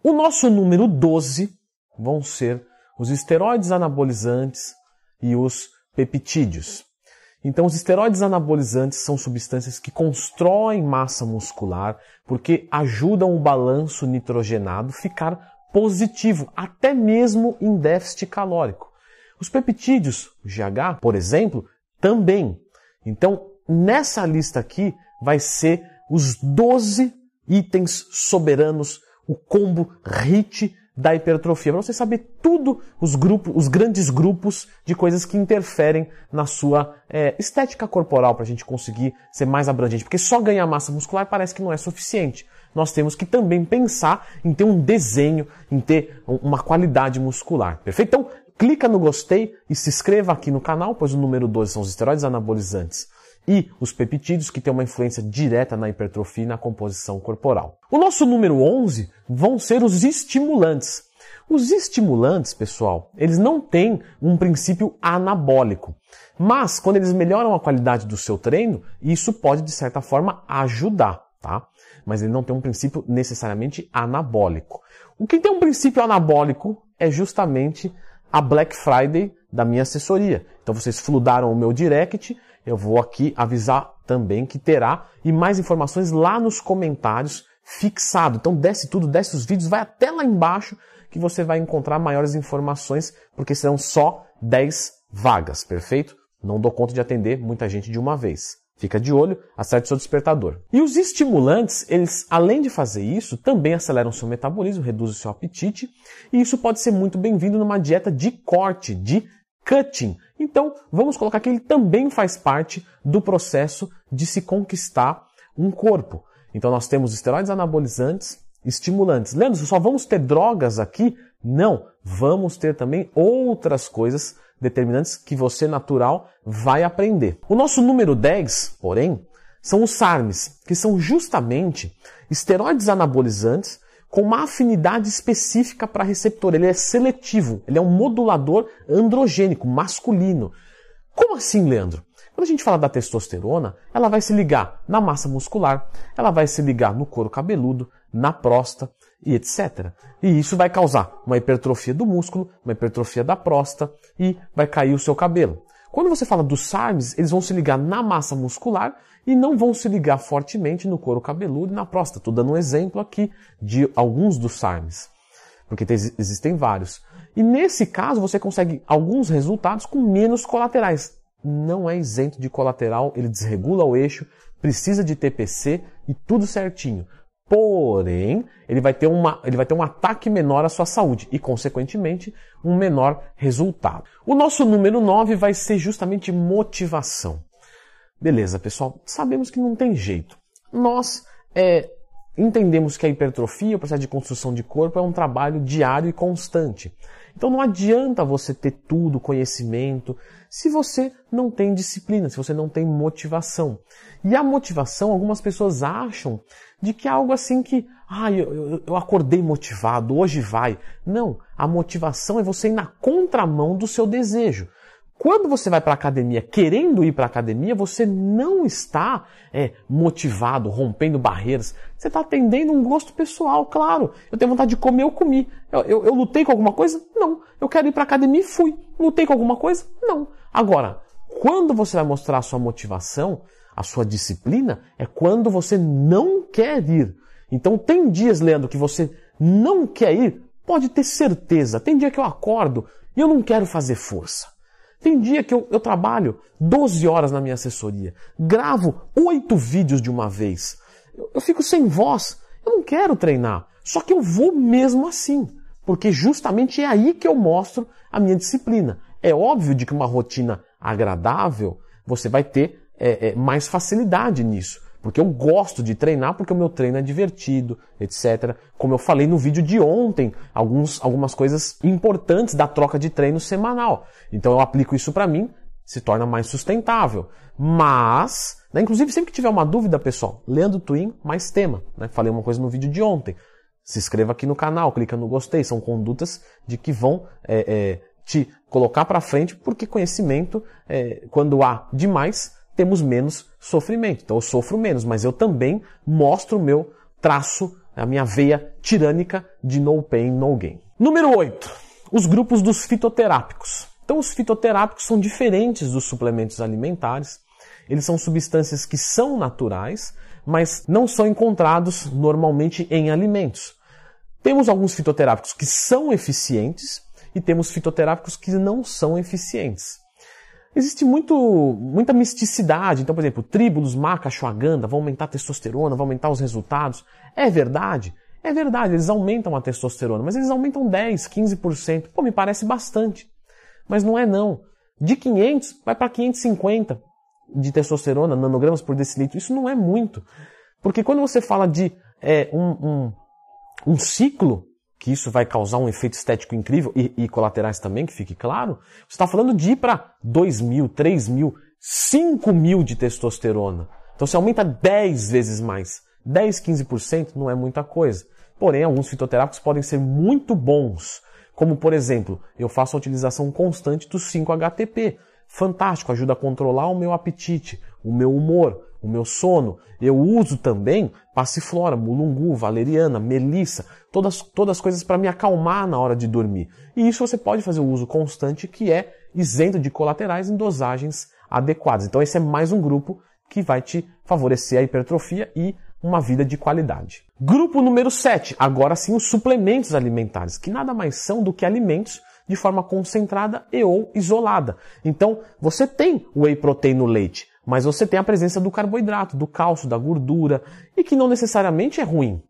O nosso número 12 vão ser os esteroides anabolizantes e os peptídeos. Então, os esteroides anabolizantes são substâncias que constroem massa muscular porque ajudam o balanço nitrogenado ficar positivo, até mesmo em déficit calórico. Os peptídeos, o GH, por exemplo, também. Então, nessa lista aqui vai ser os 12 itens soberanos, o combo HIIT da hipertrofia, para você saber tudo, os grandes grupos de coisas que interferem na sua estética corporal, para a gente conseguir ser mais abrangente, porque só ganhar massa muscular parece que não é suficiente. Nós temos que também pensar em ter um desenho, em ter uma qualidade muscular, perfeito? Então, clica no gostei e se inscreva aqui no canal, pois o número 12 são os esteroides anabolizantes e os peptídeos, que têm uma influência direta na hipertrofia e na composição corporal. O nosso número 11 vão ser os estimulantes. Os estimulantes, pessoal, eles não têm um princípio anabólico, mas quando eles melhoram a qualidade do seu treino, isso pode, de certa forma, ajudar, tá? Mas ele não tem um princípio necessariamente anabólico. O que tem um princípio anabólico é justamente a Black Friday da minha assessoria. Então vocês fludaram o meu direct, eu vou aqui avisar também que terá, e mais informações lá nos comentários fixado. Então desce tudo, desce os vídeos, vai até lá embaixo que você vai encontrar maiores informações, porque serão só 10 vagas, perfeito? Não dou conta de atender muita gente de uma vez. Fica de olho, acerte seu despertador. E os estimulantes, eles, além de fazer isso, também aceleram seu metabolismo, reduzem seu apetite, e isso pode ser muito bem-vindo numa dieta de corte, de cutting. Então, vamos colocar que ele também faz parte do processo de se conquistar um corpo. Então, nós temos esteroides anabolizantes, estimulantes. Leandro, só vamos ter drogas aqui? Não, vamos ter também outras coisas determinantes que você, natural, vai aprender. O nosso número 10, porém, são os SARMs, que são justamente esteroides anabolizantes com uma afinidade específica para receptor. Ele é seletivo, ele é um modulador androgênico, masculino. Como assim, Leandro? Quando a gente fala da testosterona, ela vai se ligar na massa muscular, ela vai se ligar no couro cabeludo, na próstata e etc. E isso vai causar uma hipertrofia do músculo, uma hipertrofia da próstata e vai cair o seu cabelo. Quando você fala dos SARMs, eles vão se ligar na massa muscular e não vão se ligar fortemente no couro cabeludo e na próstata. Estou dando um exemplo aqui de alguns dos SARMs, porque existem vários. E nesse caso você consegue alguns resultados com menos colaterais. Não é isento de colateral, ele desregula o eixo, precisa de TPC e tudo certinho. Porém, ele vai ter um ataque menor à sua saúde e, consequentemente, um menor resultado. O nosso número 9 vai ser justamente motivação. Beleza, pessoal, sabemos que não tem jeito. Nós entendemos que a hipertrofia, o processo de construção de corpo, é um trabalho diário e constante. Então não adianta você ter tudo, conhecimento, se você não tem disciplina, se você não tem motivação. E a motivação, algumas pessoas acham de que é algo assim que, eu acordei motivado, hoje vai. Não, a motivação é você ir na contramão do seu desejo. Quando você vai para a academia querendo ir para a academia, você não está motivado, rompendo barreiras. Você está atendendo um gosto pessoal, claro. Eu tenho vontade de comer, eu comi. Eu lutei com alguma coisa? Não. Eu quero ir para a academia e fui. Lutei com alguma coisa? Não. Agora, quando você vai mostrar a sua motivação, a sua disciplina, é quando você não quer ir. Então tem dias, Leandro, que você não quer ir, pode ter certeza. Tem dia que eu acordo e eu não quero fazer força. Tem dia que eu trabalho 12 horas na minha assessoria, gravo 8 vídeos de uma vez. Eu fico sem voz, eu não quero treinar. Só que eu vou mesmo assim, porque justamente é aí que eu mostro a minha disciplina. É óbvio de que uma rotina agradável, você vai ter mais facilidade nisso. Porque eu gosto de treinar, porque o meu treino é divertido, etc. Como eu falei no vídeo de ontem, algumas coisas importantes da troca de treino semanal. Então eu aplico isso para mim, se torna mais sustentável. Mas, inclusive sempre que tiver uma dúvida, pessoal, Leandro Twin mais tema. Falei uma coisa no vídeo de ontem. Se inscreva aqui no canal, clica no gostei. São condutas de que vão te colocar para frente, porque conhecimento, quando há demais, temos menos sofrimento. Então eu sofro menos, mas eu também mostro o meu traço a minha veia tirânica de no pain, no gain. Número 8. Os grupos dos fitoterápicos. Então os fitoterápicos são diferentes dos suplementos alimentares. Eles são substâncias que são naturais, mas não são encontrados normalmente em alimentos. Temos alguns fitoterápicos que são eficientes e temos fitoterápicos que não são eficientes. Existe muita misticidade. Então, por exemplo, tríbulos, maca, ashwagandha vão aumentar a testosterona, vão aumentar os resultados. É verdade? É verdade, eles aumentam a testosterona, mas eles aumentam 10%, 15%. Pô, me parece bastante. Mas não é não. De 500 vai para 550 de testosterona, nanogramas por decilitro. Isso não é muito. Porque quando você fala de um ciclo, que isso vai causar um efeito estético incrível, e colaterais também, que fique claro, você está falando de ir para 2.000, 3.000, 5.000 de testosterona. Então você aumenta 10 vezes mais. 10, 15% não é muita coisa. Porém, alguns fitoterápicos podem ser muito bons. Como, por exemplo, eu faço a utilização constante do 5-HTP. Fantástico, ajuda a controlar o meu apetite, o meu humor, o meu sono. Eu uso também passiflora, mulungu, valeriana, melissa, todas as coisas para me acalmar na hora de dormir. E isso você pode fazer o uso constante, que é isento de colaterais em dosagens adequadas. Então esse é mais um grupo que vai te favorecer a hipertrofia e uma vida de qualidade. Grupo número 7, agora sim os suplementos alimentares, que nada mais são do que alimentos de forma concentrada e ou isolada. Então, você tem whey protein no leite, mas você tem a presença do carboidrato, do cálcio, da gordura, e que não necessariamente é ruim.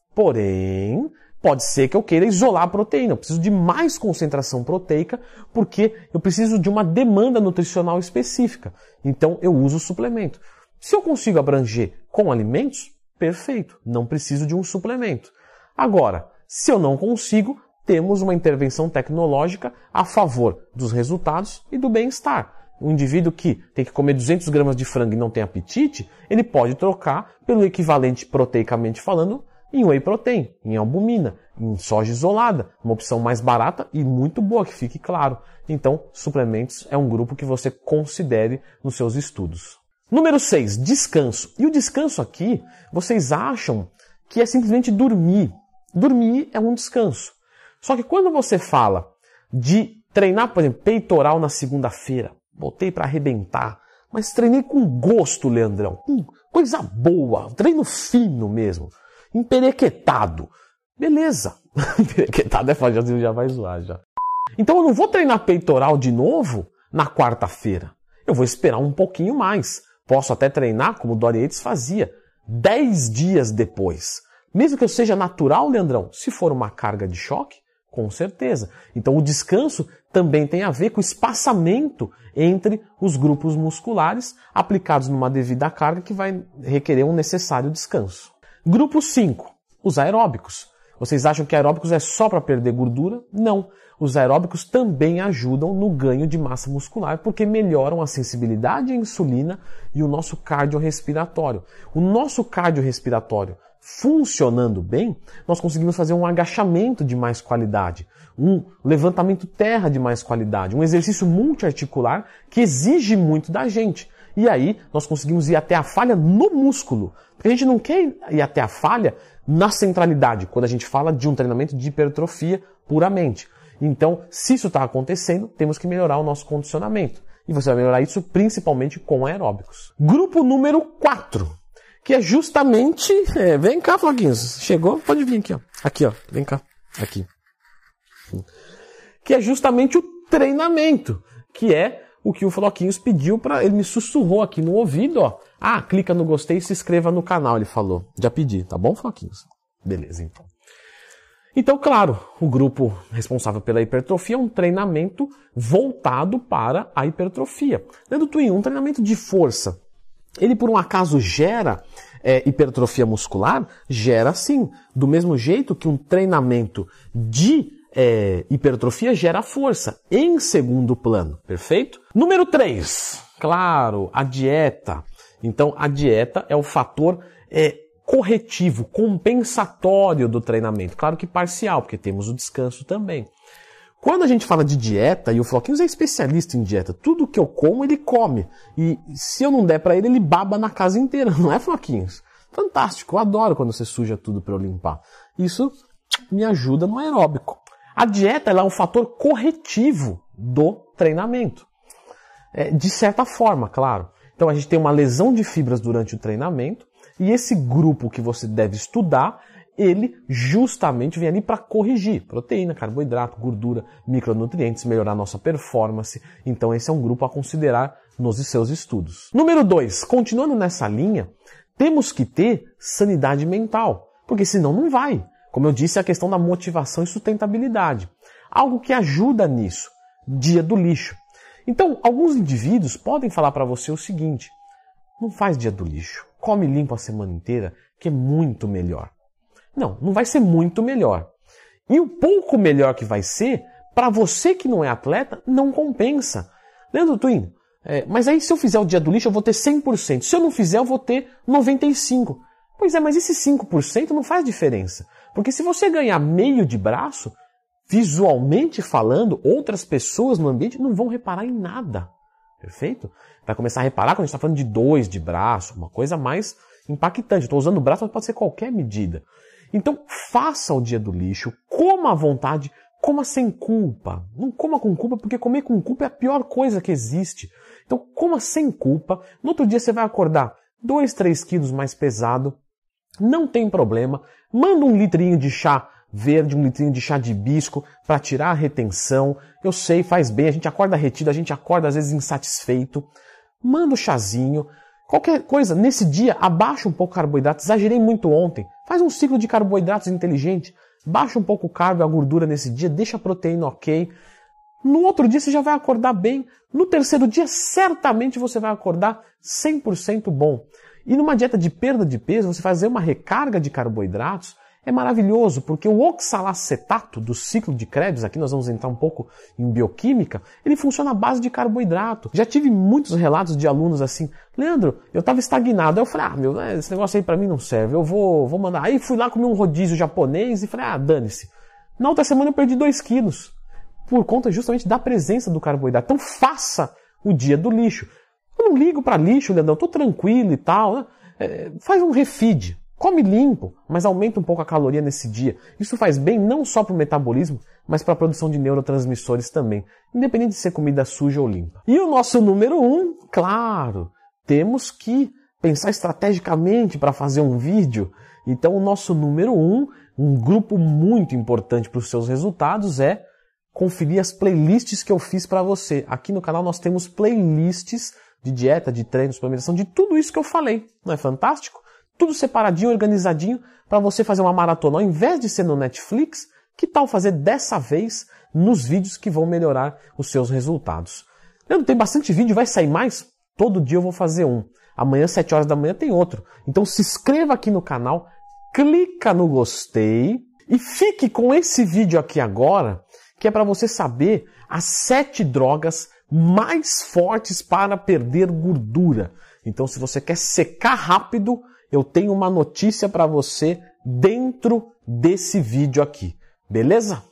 Porém, pode ser que eu queira isolar a proteína, eu preciso de mais concentração proteica, porque eu preciso de uma demanda nutricional específica. Então, eu uso o suplemento. Se eu consigo abranger com alimentos, perfeito, não preciso de um suplemento. Agora, se eu não consigo, temos uma intervenção tecnológica a favor dos resultados e do bem-estar. Um indivíduo que tem que comer 200 gramas de frango e não tem apetite, ele pode trocar pelo equivalente proteicamente falando em whey protein, em albumina, em soja isolada, uma opção mais barata e muito boa, que fique claro. Então, suplementos é um grupo que você considere nos seus estudos. Número 6, descanso. E o descanso aqui, vocês acham que é simplesmente dormir. Dormir é um descanso. Só que quando você fala de treinar, por exemplo, peitoral na segunda-feira, voltei para arrebentar, mas treinei com gosto, Leandrão, com coisa boa, treino fino mesmo, emperequetado. Beleza. Emperequetado é fácil, já vai zoar já. Então eu não vou treinar peitoral de novo na quarta-feira. Eu vou esperar um pouquinho mais. Posso até treinar, como o Dorian Yates fazia, 10 dias depois. Mesmo que eu seja natural, Leandrão, se for uma carga de choque, com certeza. Então o descanso também tem a ver com o espaçamento entre os grupos musculares aplicados numa devida carga que vai requerer um necessário descanso. Grupo 5, os aeróbicos. Vocês acham que aeróbicos é só para perder gordura? Não. Os aeróbicos também ajudam no ganho de massa muscular porque melhoram a sensibilidade à insulina e o nosso cardiorrespiratório. O nosso cardiorrespiratório funcionando bem, nós conseguimos fazer um agachamento de mais qualidade, um levantamento terra de mais qualidade, um exercício multiarticular que exige muito da gente. E aí nós conseguimos ir até a falha no músculo. Porque a gente não quer ir até a falha na centralidade, quando a gente fala de um treinamento de hipertrofia puramente. Então, se isso está acontecendo, temos que melhorar o nosso condicionamento. E você vai melhorar isso principalmente com aeróbicos. Grupo número 4, que é justamente... vem cá, Floquinhos. Chegou? Pode vir aqui, ó. Aqui, ó. Vem cá. Aqui. Que é justamente o treinamento, que é o que o Floquinhos pediu para... Ele me sussurrou aqui no ouvido, ó. Ah, clica no gostei e se inscreva no canal, ele falou. Já pedi, tá bom, Floquinhos? Beleza, então. Então, claro, o grupo responsável pela hipertrofia é um treinamento voltado para a hipertrofia. Leandro Twin, um treinamento de força, ele por um acaso gera hipertrofia muscular? Gera sim. Do mesmo jeito que um treinamento de hipertrofia gera força, em segundo plano, perfeito? Número 3, claro, a dieta. Então, a dieta é o fator corretivo, compensatório do treinamento. Claro que parcial, porque temos o descanso também. Quando a gente fala de dieta, e o Floquinhos é especialista em dieta, tudo que eu como, ele come. E se eu não der para ele, ele baba na casa inteira, não é, Floquinhos? Fantástico, eu adoro quando você suja tudo para eu limpar. Isso me ajuda no aeróbico. A dieta ela é um fator corretivo do treinamento. De certa forma, claro. Então a gente tem uma lesão de fibras durante o treinamento e esse grupo que você deve estudar, ele justamente vem ali para corrigir proteína, carboidrato, gordura, micronutrientes, melhorar nossa performance. Então esse é um grupo a considerar nos seus estudos. Número 2, continuando nessa linha, temos que ter sanidade mental, porque senão não vai. Como eu disse, a questão da motivação e sustentabilidade. Algo que ajuda nisso, dia do lixo. Então, alguns indivíduos podem falar para você o seguinte: não faz dia do lixo, come limpo a semana inteira, que é muito melhor. Não, não vai ser muito melhor. E o pouco melhor que vai ser, para você que não é atleta, não compensa. Leandro Twin, mas aí se eu fizer o dia do lixo eu vou ter 100%, se eu não fizer eu vou ter 95%. Pois é, mas esse 5% não faz diferença. Porque se você ganhar meio de braço, visualmente falando, outras pessoas no ambiente não vão reparar em nada. Perfeito? Vai começar a reparar quando a gente está falando de 2 de braço, uma coisa mais impactante. Estou usando o braço, mas pode ser qualquer medida. Então, faça o dia do lixo, coma à vontade, coma sem culpa. Não coma com culpa, porque comer com culpa é a pior coisa que existe. Então, coma sem culpa. No outro dia você vai acordar 2, 3 quilos mais pesado. Não tem problema. Manda 1 litrinho de chá verde, 1 litrinho de chá de hibisco para tirar a retenção. Eu sei, faz bem. A gente acorda retido, a gente acorda às vezes insatisfeito. Manda o chazinho. Qualquer coisa, nesse dia, abaixa um pouco o carboidrato. Exagerei muito ontem. Faz um ciclo de carboidratos inteligente. Baixa um pouco o carbo e a gordura nesse dia. Deixa a proteína ok. No outro dia você já vai acordar bem. No terceiro dia, certamente você vai acordar 100% bom. E numa dieta de perda de peso, você fazer uma recarga de carboidratos é maravilhoso, porque o oxalacetato do ciclo de Krebs, aqui nós vamos entrar um pouco em bioquímica, ele funciona à base de carboidrato. Já tive muitos relatos de alunos assim: Leandro, eu estava estagnado. Aí eu falei, esse negócio aí para mim não serve, eu vou mandar. Aí fui lá comer um rodízio japonês e falei, dane-se. Na outra semana eu perdi 2 quilos, por conta justamente da presença do carboidrato. Então faça o dia do lixo. Eu não ligo para lixo, Leandrão, eu tô tranquilo e tal, né? Faz um refeed. Come limpo, mas aumenta um pouco a caloria nesse dia. Isso faz bem não só para o metabolismo, mas para a produção de neurotransmissores também, independente de ser comida suja ou limpa. E o nosso número 1, claro, temos que pensar estrategicamente para fazer um vídeo. Então o nosso número 1, um grupo muito importante para os seus resultados, é conferir as playlists que eu fiz para você. Aqui no canal nós temos playlists de dieta, de treino, suplementação, de tudo isso que eu falei. Não é fantástico? Tudo separadinho, organizadinho, para você fazer uma maratona. Ao invés de ser no Netflix, que tal fazer dessa vez nos vídeos que vão melhorar os seus resultados? Leandro, tem bastante vídeo, vai sair mais? Todo dia eu vou fazer um. Amanhã, 7 horas da manhã, tem outro. Então se inscreva aqui no canal, clica no gostei e fique com esse vídeo aqui agora, que é para você saber as 7 drogas mais fortes para perder gordura. Então, se você quer secar rápido, eu tenho uma notícia para você dentro desse vídeo aqui. Beleza?